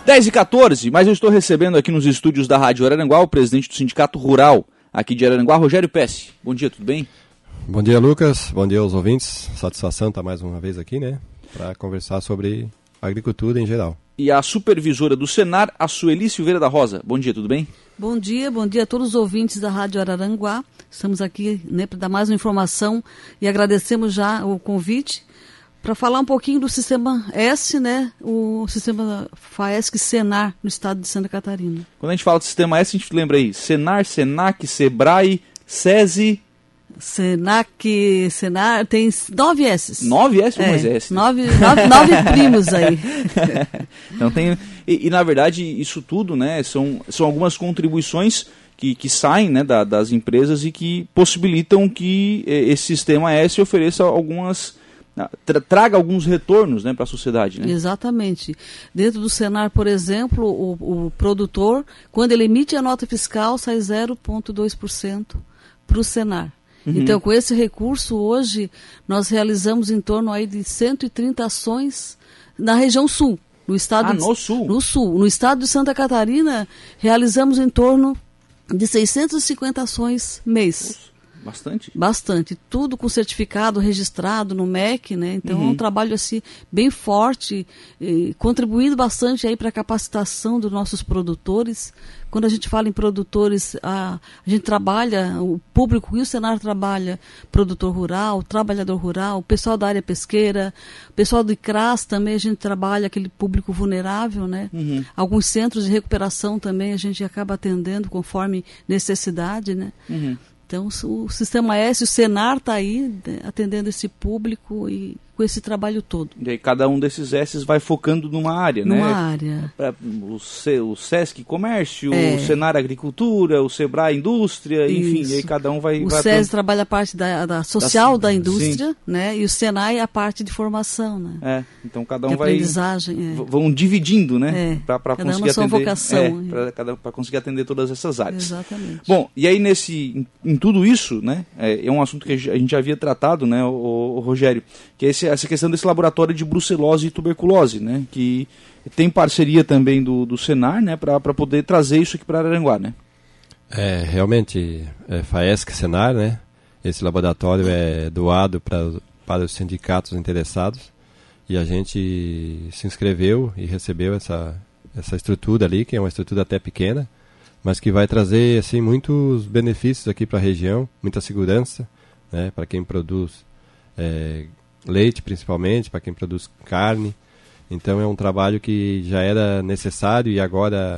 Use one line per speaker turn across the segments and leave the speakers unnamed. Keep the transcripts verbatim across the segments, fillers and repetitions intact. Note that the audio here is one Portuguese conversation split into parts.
dez e quatorze, mas eu estou recebendo aqui nos estúdios da Rádio Araranguá o presidente do Sindicato Rural aqui de Araranguá, Rogério Pesce. Bom dia, tudo bem?
Bom dia, Lucas. Bom dia aos ouvintes. Satisfação estar mais uma vez aqui, né? Para conversar sobre agricultura em geral.
E a supervisora do Senar, a Sueli Silveira da Rosa. Bom dia, tudo bem?
Bom dia, bom dia a todos os ouvintes da Rádio Araranguá. Estamos aqui, né, para dar mais uma informação e agradecemos já o convite para falar um pouquinho do Sistema S, né, o Sistema FAESC Senar no estado de Santa Catarina.
Quando a gente fala de Sistema S, a gente lembra aí Senar, Senac, Sebrae, SESI...
Senac, Senar, tem nove S.
Nove S ou
é,
mais S?
Nove, nove, nove primos aí.
Não tem, e, e na verdade isso tudo, né, são, são algumas contribuições que, que saem, né, da, das empresas e que possibilitam que eh, esse Sistema S ofereça algumas, tra, traga alguns retornos, né, para a sociedade. Né?
Exatamente. Dentro do Senar, por exemplo, o, o produtor, quando ele emite a nota fiscal, sai zero vírgula dois por cento para o Senar. Uhum. Então, com esse recurso, hoje, nós realizamos em torno aí de cento e trinta ações na região sul. No estado
ah,
de,
no sul?
No sul. No estado de Santa Catarina, realizamos em torno de seiscentas e cinquenta ações mês.
Nossa, bastante?
Bastante. Tudo com certificado registrado no M E C, né? Então, uhum. é um trabalho assim, bem forte, eh, contribuindo bastante aí para a capacitação dos nossos produtores. Quando a gente fala em produtores, a, a gente trabalha, o público e o Senar trabalha produtor rural, trabalhador rural, pessoal da área pesqueira, pessoal do I C R A S também a gente trabalha aquele público vulnerável, né? Uhum. Alguns centros de recuperação também a gente acaba atendendo conforme necessidade, né? Uhum. Então o Sistema S, o Senar está aí atendendo esse público e com esse trabalho todo.
E aí cada um desses S's vai focando numa área,
numa
né?
Numa área.
Pra, o, C, o SESC Comércio,
é.
o Senar Agricultura, o Sebrae Indústria,
Isso.
enfim, e aí cada um vai...
O
vai
SESI trabalha a parte da, da social da, da indústria,
sim.
né? E o Senai a parte de formação, né?
É, então cada um
de
vai...
aprendizagem, é.
Vão dividindo, né?
É.
Para conseguir
uma
atender...
vocação.
É, para conseguir atender todas essas áreas.
Exatamente.
Bom, e aí nesse, em, em tudo isso, né? É, é um assunto que a gente já havia tratado, né, o, o Rogério, que é esse, essa questão desse laboratório de brucelose e tuberculose, né? Que tem parceria também do, do Senar, né? Para poder trazer isso aqui para Araranguá, né?
É, realmente, é FAESC Senar, né? Esse laboratório é doado pra, para os sindicatos interessados e a gente se inscreveu e recebeu essa, essa estrutura ali, que é uma estrutura até pequena, mas que vai trazer assim muitos benefícios aqui para a região, muita segurança, né, para quem produz é, leite principalmente, para quem produz carne. Então é um trabalho que já era necessário e agora,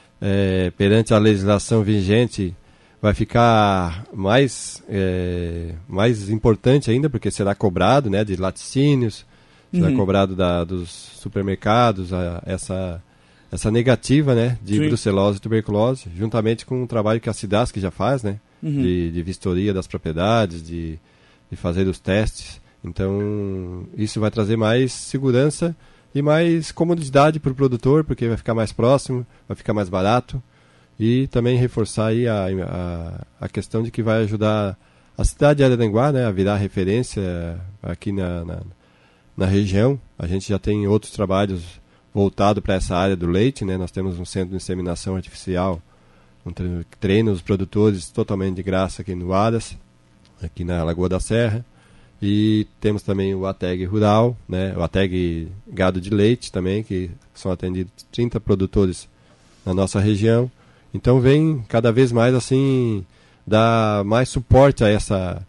é, perante a legislação vigente, vai ficar mais, é, mais importante ainda, porque será cobrado, né, de laticínios, será uhum. cobrado da, dos supermercados, a, essa... essa negativa, né, de Sim. brucelose e tuberculose, juntamente com o trabalho que a SIDASC já faz, né, uhum. de, de vistoria das propriedades, de, de fazer os testes. Então, isso vai trazer mais segurança e mais comodidade para o produtor, porque vai ficar mais próximo, vai ficar mais barato, e também reforçar aí a, a, a questão de que vai ajudar a cidade de Araranguá, né, a virar referência aqui na, na, na região. A gente já tem outros trabalhos voltado para essa área do leite, né? Nós temos um centro de inseminação artificial, um treino, que treina os produtores totalmente de graça aqui no Aras, aqui na Lagoa da Serra, e temos também o ATEG Rural, né? O ATEG Gado de Leite também, que são atendidos trinta produtores na nossa região. Então vem cada vez mais assim dar mais suporte a essa,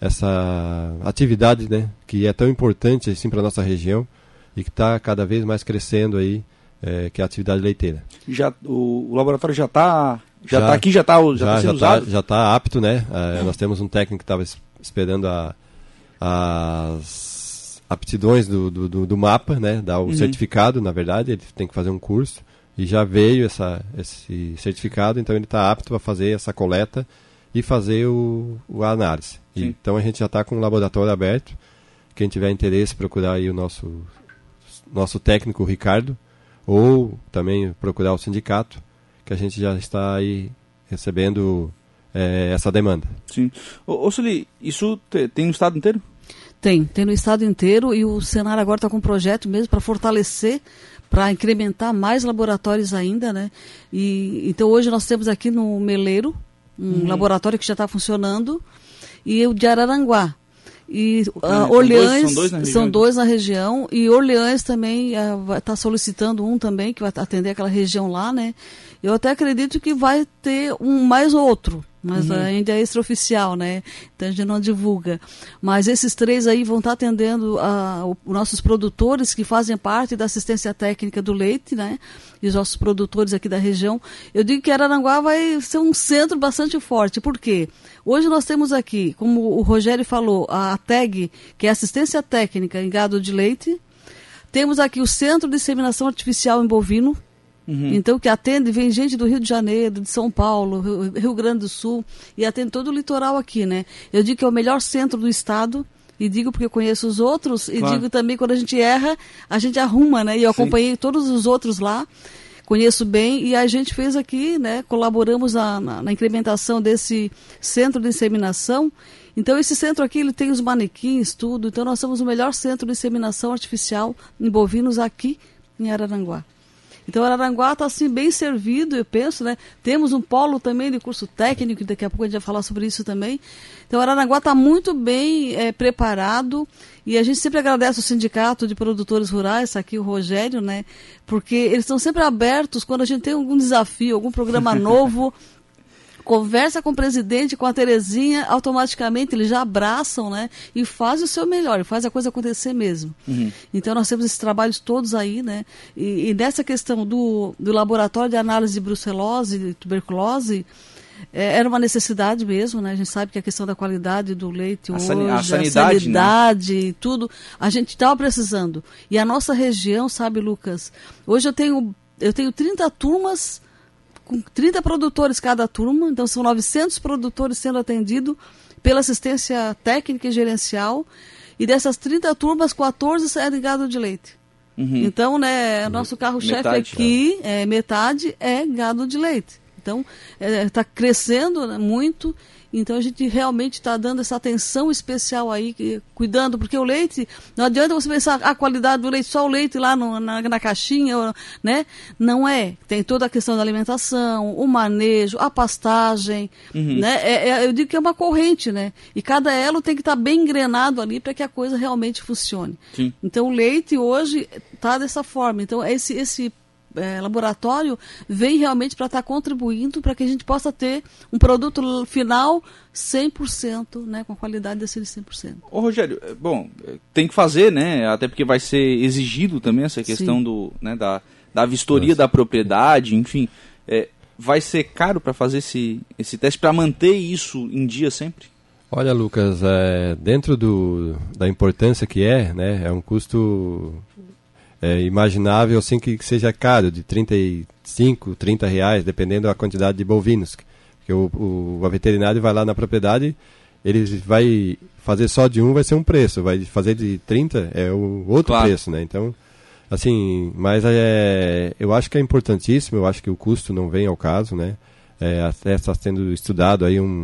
essa atividade, né? Que é tão importante assim para a nossa região e que está cada vez mais crescendo aí, é, que é a atividade leiteira.
Já, o, o laboratório já está já já tá aqui, já está já já, tá sendo
já
usado?
Tá, já está apto, né? É, nós temos um técnico que estava esperando a, as aptidões do, do, do, do mapa, né? Dar o uhum. certificado, na verdade, ele tem que fazer um curso, e já veio essa, esse certificado, então ele está apto a fazer essa coleta e fazer o, o a análise. E, então a gente já está com um laboratório aberto. Quem tiver interesse, procurar aí o nosso, nosso técnico Ricardo, ou também procurar o sindicato, que a gente já está aí recebendo é, essa demanda.
Sim. Ô, ô Sueli, isso te, tem no estado inteiro?
Tem, tem no estado inteiro, e o Senar agora está com um projeto mesmo para fortalecer, para incrementar mais laboratórios ainda, né? E, então hoje nós temos aqui no Meleiro um uhum. laboratório que já está funcionando, e o de Araranguá. E uh, Orleans, são dois, são, dois na região, são dois na região, e Orleans também está uh, solicitando um também, que vai atender aquela região lá, né? Eu até acredito que vai ter um mais outro, mas uhum. ainda é extraoficial, né? Então a gente não divulga. Mas esses três aí vão estar atendendo a, os nossos produtores que fazem parte da assistência técnica do leite, né? E os nossos produtores aqui da região. Eu digo que Araranguá vai ser um centro bastante forte. Por quê? Hoje nós temos aqui, como o Rogério falou, a T E G, que é assistência técnica em gado de leite. Temos aqui o Centro de Inseminação Artificial em Bovino. Uhum. Então, que atende, vem gente do Rio de Janeiro, de São Paulo, Rio, Rio Grande do Sul, e atende todo o litoral aqui, né? Eu digo que é o melhor centro do estado, e digo porque eu conheço os outros, e claro. digo também quando a gente erra, a gente arruma, né? E eu acompanhei Sim. todos os outros lá, conheço bem, e a gente fez aqui, né? Colaboramos na, na, na incrementação desse centro de inseminação. Então, esse centro aqui, ele tem os manequins, tudo. Então, nós somos o melhor centro de inseminação artificial em bovinos aqui em Araranguá. Então, Araranguá está assim, bem servido, eu penso, né? Temos um polo também de curso técnico, daqui a pouco a gente vai falar sobre isso também. Então, Araranguá está muito bem é, preparado, e a gente sempre agradece o Sindicato de Produtores Rurais, aqui o Rogério, né? Porque eles estão sempre abertos quando a gente tem algum desafio, algum programa novo. Conversa com o presidente, com a Terezinha, automaticamente eles já abraçam, né? E fazem o seu melhor, e faz a coisa acontecer mesmo. Uhum. Então nós temos esses trabalhos todos aí, né? E, e nessa questão do, do laboratório de análise de brucelose e tuberculose, é, era uma necessidade mesmo, né? A gente sabe que a questão da qualidade do leite
a
hoje,
san, a
a
sanidade,
sanidade
né?
e tudo, a gente estava precisando. E a nossa região, sabe, Lucas? Hoje eu tenho, eu tenho trinta turmas com trinta produtores cada turma, então são novecentos produtores sendo atendidos pela assistência técnica e gerencial, e dessas trinta turmas, quatorze são de gado de leite. Uhum. Então, né, nosso carro-chefe aqui, é, metade é gado de leite. Então, está é, crescendo, né, muito. Então, a gente realmente está dando essa atenção especial aí, que, cuidando, porque o leite, não adianta você pensar a qualidade do leite, só o leite lá no, na, na caixinha, né? Não é. Tem toda a questão da alimentação, o manejo, a pastagem, uhum. né? É, é, eu digo que é uma corrente, né? E cada elo tem que estar tá bem engrenado ali para que a coisa realmente funcione. Sim. Então, o leite hoje está dessa forma. Então, esse... esse É, laboratório vem realmente para estar tá contribuindo para que a gente possa ter um produto final cem por cento, né, com a qualidade desse de cem por cento.
Ô Rogério, bom, tem que fazer, né, até porque vai ser exigido também essa questão do, né, da, da vistoria Nossa. da propriedade, enfim, é, vai ser caro para fazer esse, esse teste, para manter isso em dia sempre?
Olha, Lucas, é, dentro do, da importância que é, né, é um custo... É imaginável assim que seja caro, de trinta e cinco, trinta reais, dependendo da quantidade de bovinos. Porque o, o, o veterinário vai lá na propriedade, ele vai fazer só de um, vai ser um preço, vai fazer de trinta é o outro claro. preço, né? Então, assim, mas é, eu acho que é importantíssimo, eu acho que o custo não vem ao caso, né? É, até está sendo estudado aí um,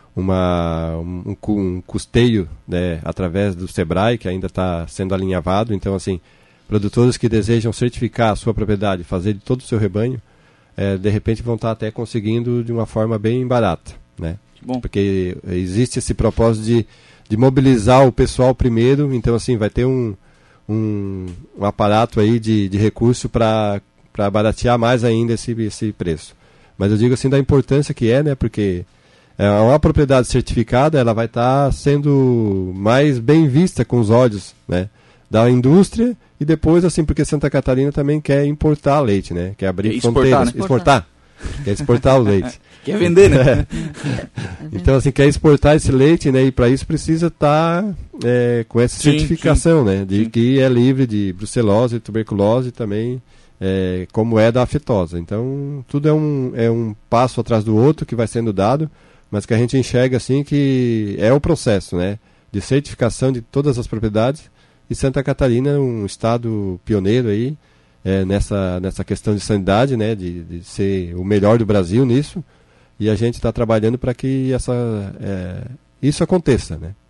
uma, um, um custeio, né, através do Sebrae, que ainda está sendo alinhavado, então assim... Produtores que desejam certificar a sua propriedade, fazer de todo o seu rebanho, é, de repente vão estar até conseguindo de uma forma bem barata, né? Bom. Porque existe esse propósito de, de mobilizar o pessoal primeiro, então assim, vai ter um, um, um aparato aí de, de recurso para baratear mais ainda esse, esse preço. Mas eu digo assim da importância que é, né? Porque é uma propriedade certificada, ela vai estar sendo mais bem vista com os olhos, né, da indústria. E depois, assim, porque Santa Catarina também quer importar leite, né? Quer abrir
exportar,
fronteiras.
Né?
Exportar. Quer exportar o leite.
Quer vender, né?
Então, assim, quer exportar esse leite, né? E para isso precisa estar tá, é, com essa sim, certificação, sim. né? De sim. que é livre de brucelose, tuberculose também, é, como é da aftosa. Então, tudo é um, é um passo atrás do outro que vai sendo dado, mas que a gente enxerga, assim, que é o processo, né? De certificação de todas as propriedades. E Santa Catarina é um estado pioneiro aí, é, nessa, nessa questão de sanidade, né, de, de ser o melhor do Brasil nisso, e a gente está trabalhando para que essa, é, isso aconteça, né?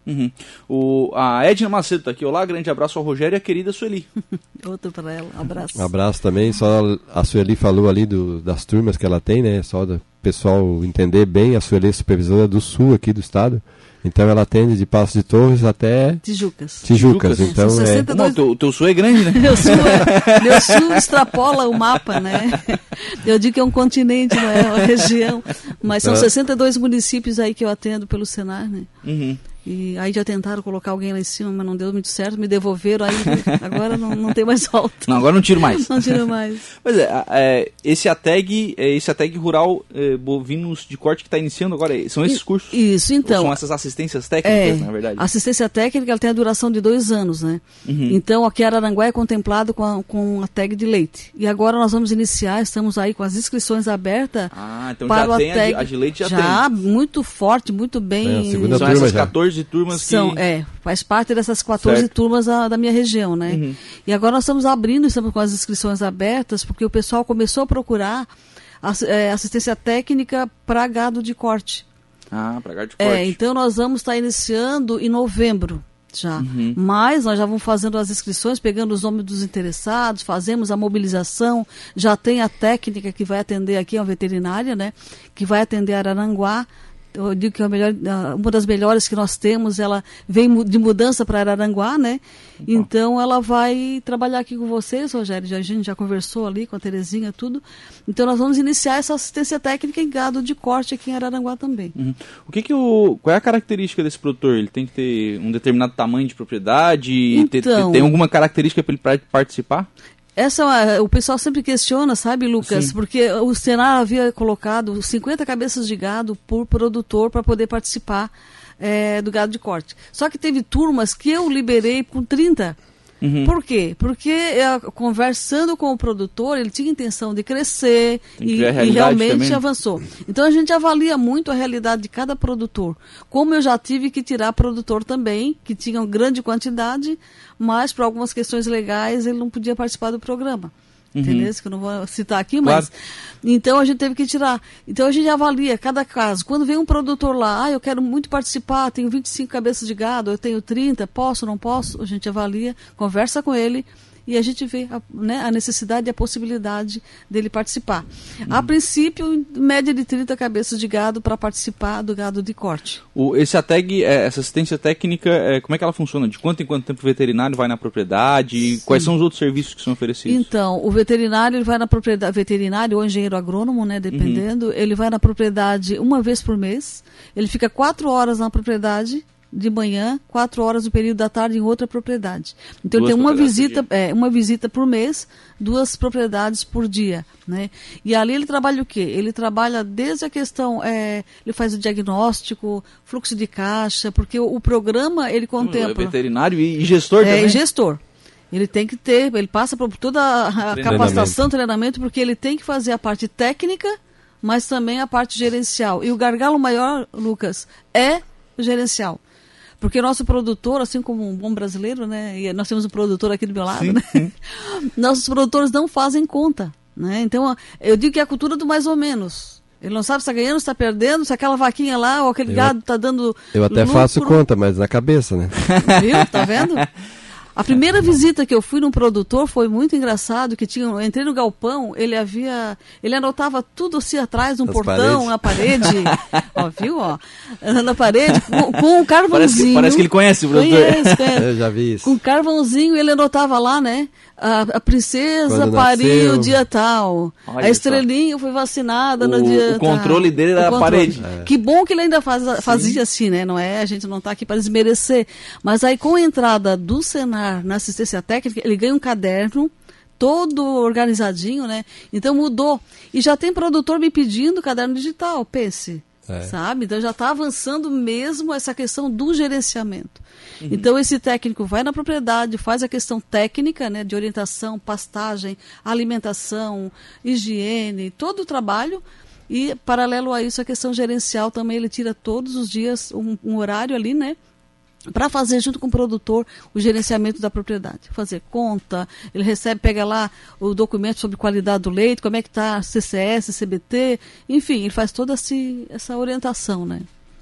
Uhum. O, a Edna Macedo está aqui. Olá, grande abraço ao Rogério e a querida Sueli.
Outro para ela, um abraço.
Um abraço também. Só a Sueli falou ali do, das turmas que ela tem, né? Só do pessoal entender bem, a Sueli é supervisora do sul aqui do estado. Então ela atende de Passo de Torres até
Tijucas.
Tijucas,
Tijucas.
então
São sessenta e dois...
é...
Não, o teu sul é grande, né?
Meu sul, é... Meu sul extrapola o mapa, né? Eu digo que é um continente, não é uma região. Mas são sessenta e dois municípios aí que eu atendo pelo Senar, né?
Uhum.
E aí já tentaram colocar alguém lá em cima, mas não deu muito certo, me devolveram, aí agora não, não tem mais volta.
Não, agora não tiro mais.
Não tiro mais.
Pois é, é esse ATEG, esse ATEG rural é, bovinos de corte que está iniciando agora, são esses cursos?
Isso, então.
Ou são essas assistências técnicas,
é,
na verdade?
Assistência técnica, ela tem a duração de dois anos, né?
Uhum.
Então, aqui Araranguá é contemplado com a, com a ATEG de leite. E agora nós vamos iniciar, estamos aí com as inscrições abertas.
Ah, então
para
já
o
tem
ATEG,
a de, a de leite, já,
já
tem.
muito forte, muito bem.
É, a segunda
São
turma
essas
já.
quatorze turmas
São,
que...
É, faz parte dessas quatorze
Certo.
turmas da, da minha região, né?
Uhum.
E agora nós estamos abrindo, estamos com as inscrições abertas, porque o pessoal começou a procurar ass, é, assistência técnica para gado de corte.
Ah, para gado de corte.
É, então nós vamos estar iniciando em novembro já.
Uhum.
Mas nós já vamos fazendo as inscrições, pegando os nomes dos interessados, fazemos a mobilização, já tem a técnica que vai atender aqui, a veterinária, né? Que vai atender Araranguá. Eu digo que é a melhor, uma das melhores que nós temos, ela vem de mudança para Araranguá, né? Bom. Então ela vai trabalhar aqui com vocês, Rogério, já, a gente já conversou ali com a Terezinha, tudo. Então nós vamos iniciar essa assistência técnica em gado de corte aqui em Araranguá também.
Uhum. O que que o, qual é a característica desse produtor? Ele tem que ter um determinado tamanho de propriedade?
Então,
ter, ter, tem alguma característica para ele participar?
Essa, o pessoal sempre questiona, sabe, Lucas? Sim. Porque o Senar havia colocado cinquenta cabeças de gado por produtor para poder participar é, do gado de corte. Só que teve turmas que eu liberei com trinta. Uhum. Por quê? Porque é, conversando com o produtor, ele tinha intenção de crescer e, e realmente também avançou. Então a gente avalia muito a realidade de cada produtor. Como eu já tive que tirar produtor também, que tinham grande quantidade, mas por algumas questões legais ele não podia participar do programa. Uhum. Entendeu? Que eu não vou citar aqui, mas... Claro. Então a gente teve que tirar. Então a gente avalia cada caso. Quando vem um produtor lá, ah, eu quero muito participar, tenho vinte e cinco cabeças de gado, eu tenho trinta, posso, não posso? A gente avalia, conversa com ele e a gente vê a, né, a necessidade e a possibilidade dele participar. Uhum. A princípio, em média de trinta cabeças de gado para participar do gado de corte.
O, esse ATEG, essa assistência técnica, é, como é que ela funciona? De quanto em quanto tempo o veterinário vai na propriedade? Sim. Quais são os outros serviços que são oferecidos?
Então, o veterinário ele vai na propriedade, veterinário ou engenheiro agrônomo, né, dependendo, uhum. ele vai na propriedade uma vez por mês, ele fica quatro horas na propriedade, de manhã, quatro horas no período da tarde em outra propriedade. Então duas ele tem uma visita, é, uma visita por mês, duas propriedades por dia, né? E ali ele trabalha o quê? Ele trabalha desde a questão, é, ele faz o diagnóstico, fluxo de caixa, porque o, o programa ele contempla...
É veterinário e gestor
é,
também?
É, gestor. Ele tem que ter, ele passa por toda a, a capacitação, treinamento, porque ele tem que fazer a parte técnica, mas também a parte gerencial. E o gargalo maior, Lucas, é o gerencial. Porque o nosso produtor, assim como um bom brasileiro, né? E nós temos um produtor aqui do meu lado, sim, né? Sim. Nossos produtores não fazem conta, né? Então, eu digo que é a cultura do mais ou menos. Ele não sabe se está ganhando, se está perdendo, se aquela vaquinha lá ou aquele eu, gado está dando
Eu até
lucro.
Faço conta, mas na cabeça, né?
Viu? Tá vendo? A primeira visita que eu fui num produtor foi muito engraçado, que tinha, eu entrei no galpão, ele havia, ele anotava tudo assim atrás, num As portão, paredes. na parede, ó, viu, ó, na parede, com, com um carvãozinho.
Parece que, parece que ele conhece o produtor.
Conhece, conhece.
Eu já vi isso.
Com um carvãozinho, ele anotava lá, né, a, a princesa Quando pariu nasceu. dia tal, Olha a estrelinha só. foi vacinada
o,
no dia tal.
O controle tal. dele era a parede.
É. Que bom que ele ainda faz, fazia assim, né, não é, a gente não está aqui para desmerecer, mas aí com a entrada do Senar na assistência técnica, ele ganha um caderno todo organizadinho, né? Então mudou. E já tem produtor me pedindo caderno digital, pense, é. sabe? Então já está avançando mesmo essa questão do gerenciamento. Uhum. Então esse técnico vai na propriedade, faz a questão técnica, né? De orientação, pastagem, alimentação, higiene, todo o trabalho. E paralelo a isso, a questão gerencial também, ele tira todos os dias um, um horário ali, né? Para fazer junto com o produtor o gerenciamento da propriedade, fazer conta, ele recebe, pega lá o documento sobre qualidade do leite, como é que está C C S, C B T, enfim, ele faz toda essa, essa orientação, né?
Uhum.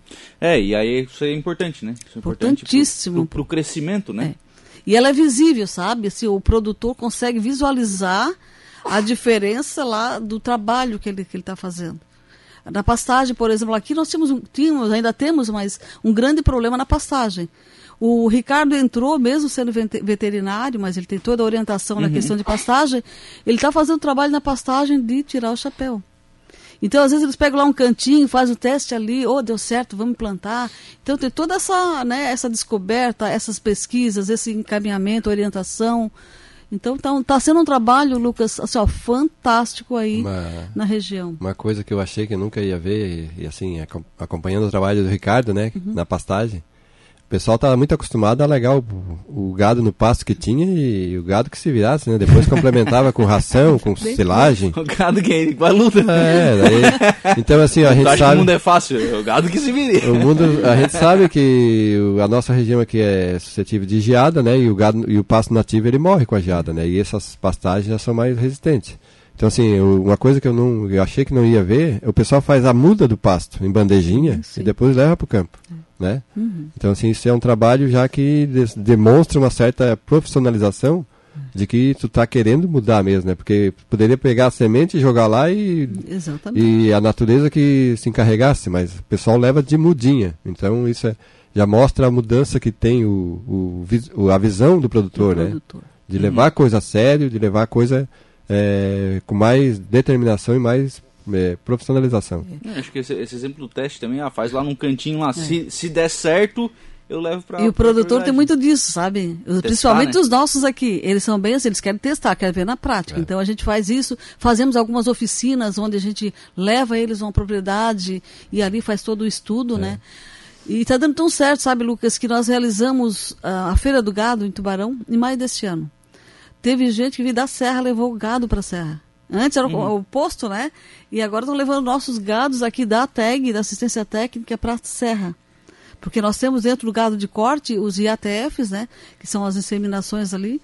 É, e aí isso é importante, né? Isso é
Importantíssimo.
Para o crescimento, né?
É. E ela é visível, sabe? Assim, o produtor consegue visualizar a diferença lá do trabalho que ele que ele está fazendo. Na pastagem, por exemplo, aqui nós tínhamos, tínhamos, ainda temos, mas um grande problema na pastagem. O Ricardo entrou, mesmo sendo veterinário, mas ele tem toda a orientação uhum. na questão de pastagem, ele está fazendo trabalho na pastagem de tirar o chapéu. Então, às vezes, eles pegam lá um cantinho, fazem o teste ali, oh, deu certo, vamos plantar. Então, tem toda essa, né, essa descoberta, essas pesquisas, esse encaminhamento, orientação. Então, está tá sendo um trabalho, Lucas, assim, ó, fantástico aí uma, na região.
Uma coisa que eu achei que eu nunca ia ver, e, e assim, acompanhando o trabalho do Ricardo, né, uhum. na pastagem, o pessoal estava muito acostumado a largar o, o gado no pasto que tinha e, e o gado que se virasse, né? Depois complementava com ração, com silagem.
O gado que vai luta.
É, daí, então assim, a gente sabe...
que o mundo é fácil, é o gado que se vire.
O mundo, a gente sabe que a nossa região aqui é suscetível de geada, né? E o, gado, e o pasto nativo ele morre com a geada, né? E essas pastagens já são mais resistentes. Então, assim, uma coisa que eu não eu achei que não ia ver, o pessoal faz a muda do pasto em bandejinha Sim. e depois leva para o campo, é. né? Uhum. Então, assim, isso é um trabalho já que des, demonstra uma certa profissionalização de que tu está querendo mudar mesmo, né? Porque poderia pegar a semente e jogar lá e, e a natureza que se encarregasse, mas o pessoal leva de mudinha. Então, isso é, já mostra a mudança que tem o, o, a visão do produtor, do né? Produtor. De uhum. levar a coisa a sério, de levar a coisa... É, com mais determinação e mais é, profissionalização.
É, acho que esse, esse exemplo do teste também, ah, faz lá num cantinho lá, é. se, se der certo, eu levo para...
E o produtor tem muito disso, sabe? Testar, Principalmente né? os nossos aqui, eles são bem assim, eles querem testar, querem ver na prática. É. Então a gente faz isso, fazemos algumas oficinas onde a gente leva eles a uma propriedade e ali faz todo o estudo, é. né? E está dando tão certo, sabe, Lucas, que nós realizamos a, a Feira do Gado em Tubarão em maio deste ano. Teve gente que veio da serra, levou o gado para a serra. Antes era uhum. o, o posto, né? E agora estão levando nossos gados aqui da T E G, da assistência técnica, para a serra. Porque nós temos dentro do gado de corte os I A T Fs, né? Que são as inseminações ali.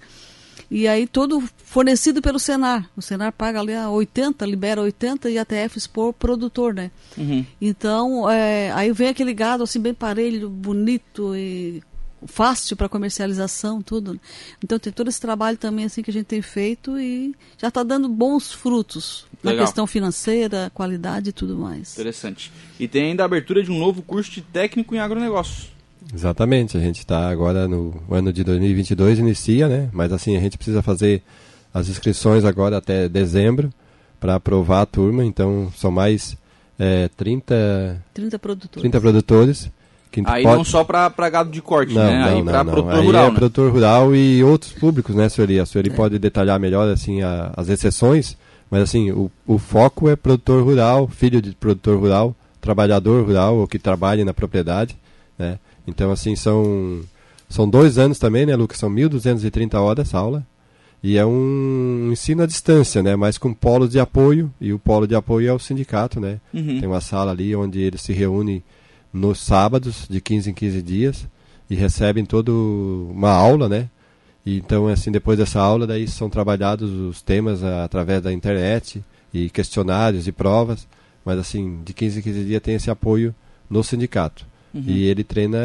E aí todo fornecido pelo Senar. O Senar paga ali a oitenta, libera oitenta I A T Fs por produtor, né? Uhum. Então, é, aí vem aquele gado assim bem parelho, bonito e... fácil para comercialização, tudo. Então tem todo esse trabalho também assim que a gente tem feito e já está dando bons frutos Legal. Na questão financeira, qualidade e tudo mais.
Interessante. E tem ainda a abertura de um novo curso de técnico em agronegócio.
Exatamente, a gente está agora no ano de dois mil e vinte e dois, inicia, né? Mas assim, a gente precisa fazer as inscrições agora até dezembro para aprovar a turma, então são mais é, trinta,
trinta produtores.
trinta produtores.
Aí
pode...
não só para gado de corte,
não,
né?
Não,
aí para produtor
aí
rural,
é
né?
produtor rural e outros públicos, né, Sueli? A Sueli é. pode detalhar melhor assim, a, as exceções, mas assim, o, o foco é produtor rural, filho de produtor rural, trabalhador rural, ou que trabalhe na propriedade, né? Então, assim, são, são dois anos também, né, Lucas? São mil duzentas e trinta horas aula, e é um ensino à distância, né? Mas com polos de apoio, e o polo de apoio é o sindicato, né? Uhum. Tem uma sala ali onde eles se reúnem nos sábados, de quinze em quinze dias, e recebem toda uma aula, né? E, então, assim, depois dessa aula, daí são trabalhados os temas a, através da internet, e questionários e provas, mas, assim, de quinze em quinze dias tem esse apoio no sindicato. Uhum. E ele treina,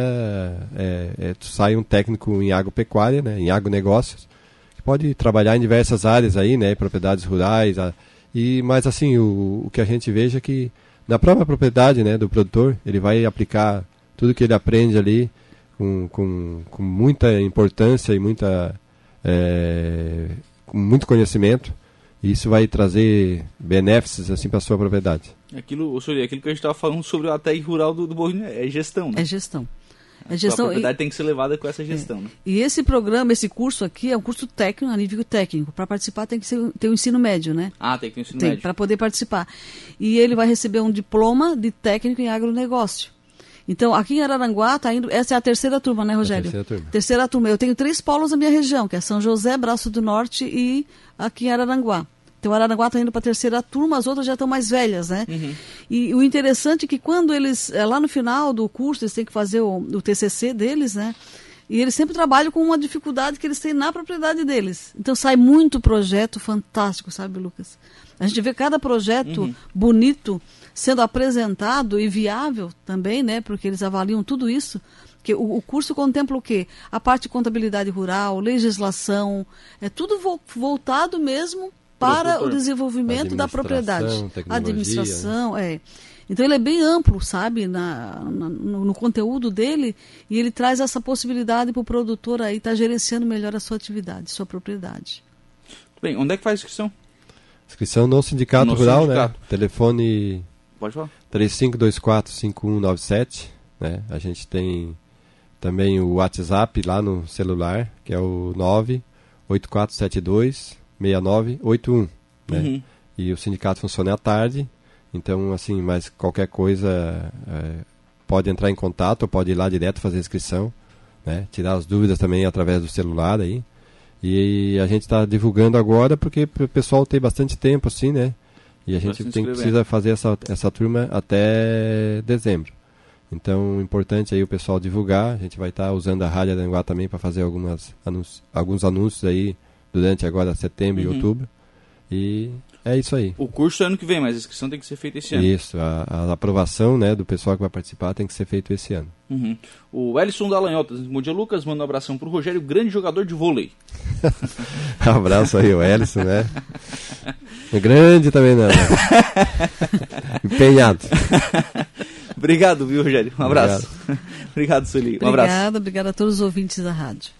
é, é, sai um técnico em agropecuária, né? Em agronegócios, que pode trabalhar em diversas áreas aí, né? Propriedades rurais, a, e, mas, assim, o, o que a gente veja é que na própria propriedade, né, do produtor, ele vai aplicar tudo que ele aprende ali com, com, com muita importância e muita, é, com muito conhecimento, e isso vai trazer benefícios assim, para a sua propriedade.
Aquilo, senhor, aquilo que a gente estava falando sobre a T E G rural do, do Borinho é gestão, né?
É gestão.
A, a gestão, propriedade e, tem que ser levada com essa gestão. É. Né?
E esse programa, esse curso aqui é um curso técnico, a nível técnico. Para participar tem que ser, ter o um ensino médio, né?
Ah, tem que ter o um ensino
tem,
médio.
Para poder participar. E ele vai receber um diploma de técnico em agronegócio. Então, aqui em Araranguá, tá indo, essa é a terceira turma, né, Rogério?
A terceira turma.
Terceira turma. Eu tenho três polos na minha região, que é São José, Braço do Norte e aqui em Araranguá. Então, Araranguá está indo para a terceira turma, as outras já estão mais velhas, né? Uhum. E o interessante é que quando eles, lá no final do curso, eles têm que fazer o, o T C C deles, né? E eles sempre trabalham com uma dificuldade que eles têm na propriedade deles. Então sai muito projeto fantástico, sabe, Lucas? A gente vê cada projeto uhum. bonito sendo apresentado e viável também, né? Porque eles avaliam tudo isso. Que o, o curso contempla o quê? A parte de contabilidade rural, legislação, é tudo vo, voltado mesmo para o desenvolvimento da propriedade. Administração, é. Então ele é bem amplo, sabe, na, na, no, no conteúdo dele, e ele traz essa possibilidade para o produtor aí estar tá gerenciando melhor a sua atividade, sua propriedade.
Bem, onde é que faz a inscrição?
Inscrição no Sindicato no Rural, sindicato. né? Telefone
Pode falar.
três cinco dois quatro, cinco um nove sete, né? A gente tem também o WhatsApp lá no celular, que é o nove oito quatro sete dois seis nove oito um, né? Uhum. E o sindicato funciona à tarde, então, assim, mas qualquer coisa é, pode entrar em contato, ou pode ir lá direto fazer a inscrição, né? Tirar as dúvidas também através do celular aí. E a gente está divulgando agora porque o pessoal tem bastante tempo, assim, né? E a gente tem, precisa fazer essa, essa turma até dezembro. Então, importante aí o pessoal divulgar. A gente vai estar tá usando a Rádio Araranguá também para fazer algumas anúncios, alguns anúncios aí durante agora setembro uhum. e outubro. E é isso aí.
O curso é ano que vem, mas a inscrição tem que ser feita esse ano.
Isso, a, a aprovação, né, do pessoal que vai participar tem que ser feito esse ano.
Uhum. O Ellison Dallagnol, bom dia, Lucas, manda um abração para o Rogério, grande jogador de vôlei.
Um abraço aí, o Ellison, né? Grande também não, né? Empenhado.
Obrigado, viu, Rogério? Um abraço. Obrigado, Sueli. Um abraço.
Obrigada, obrigada a todos os ouvintes da rádio.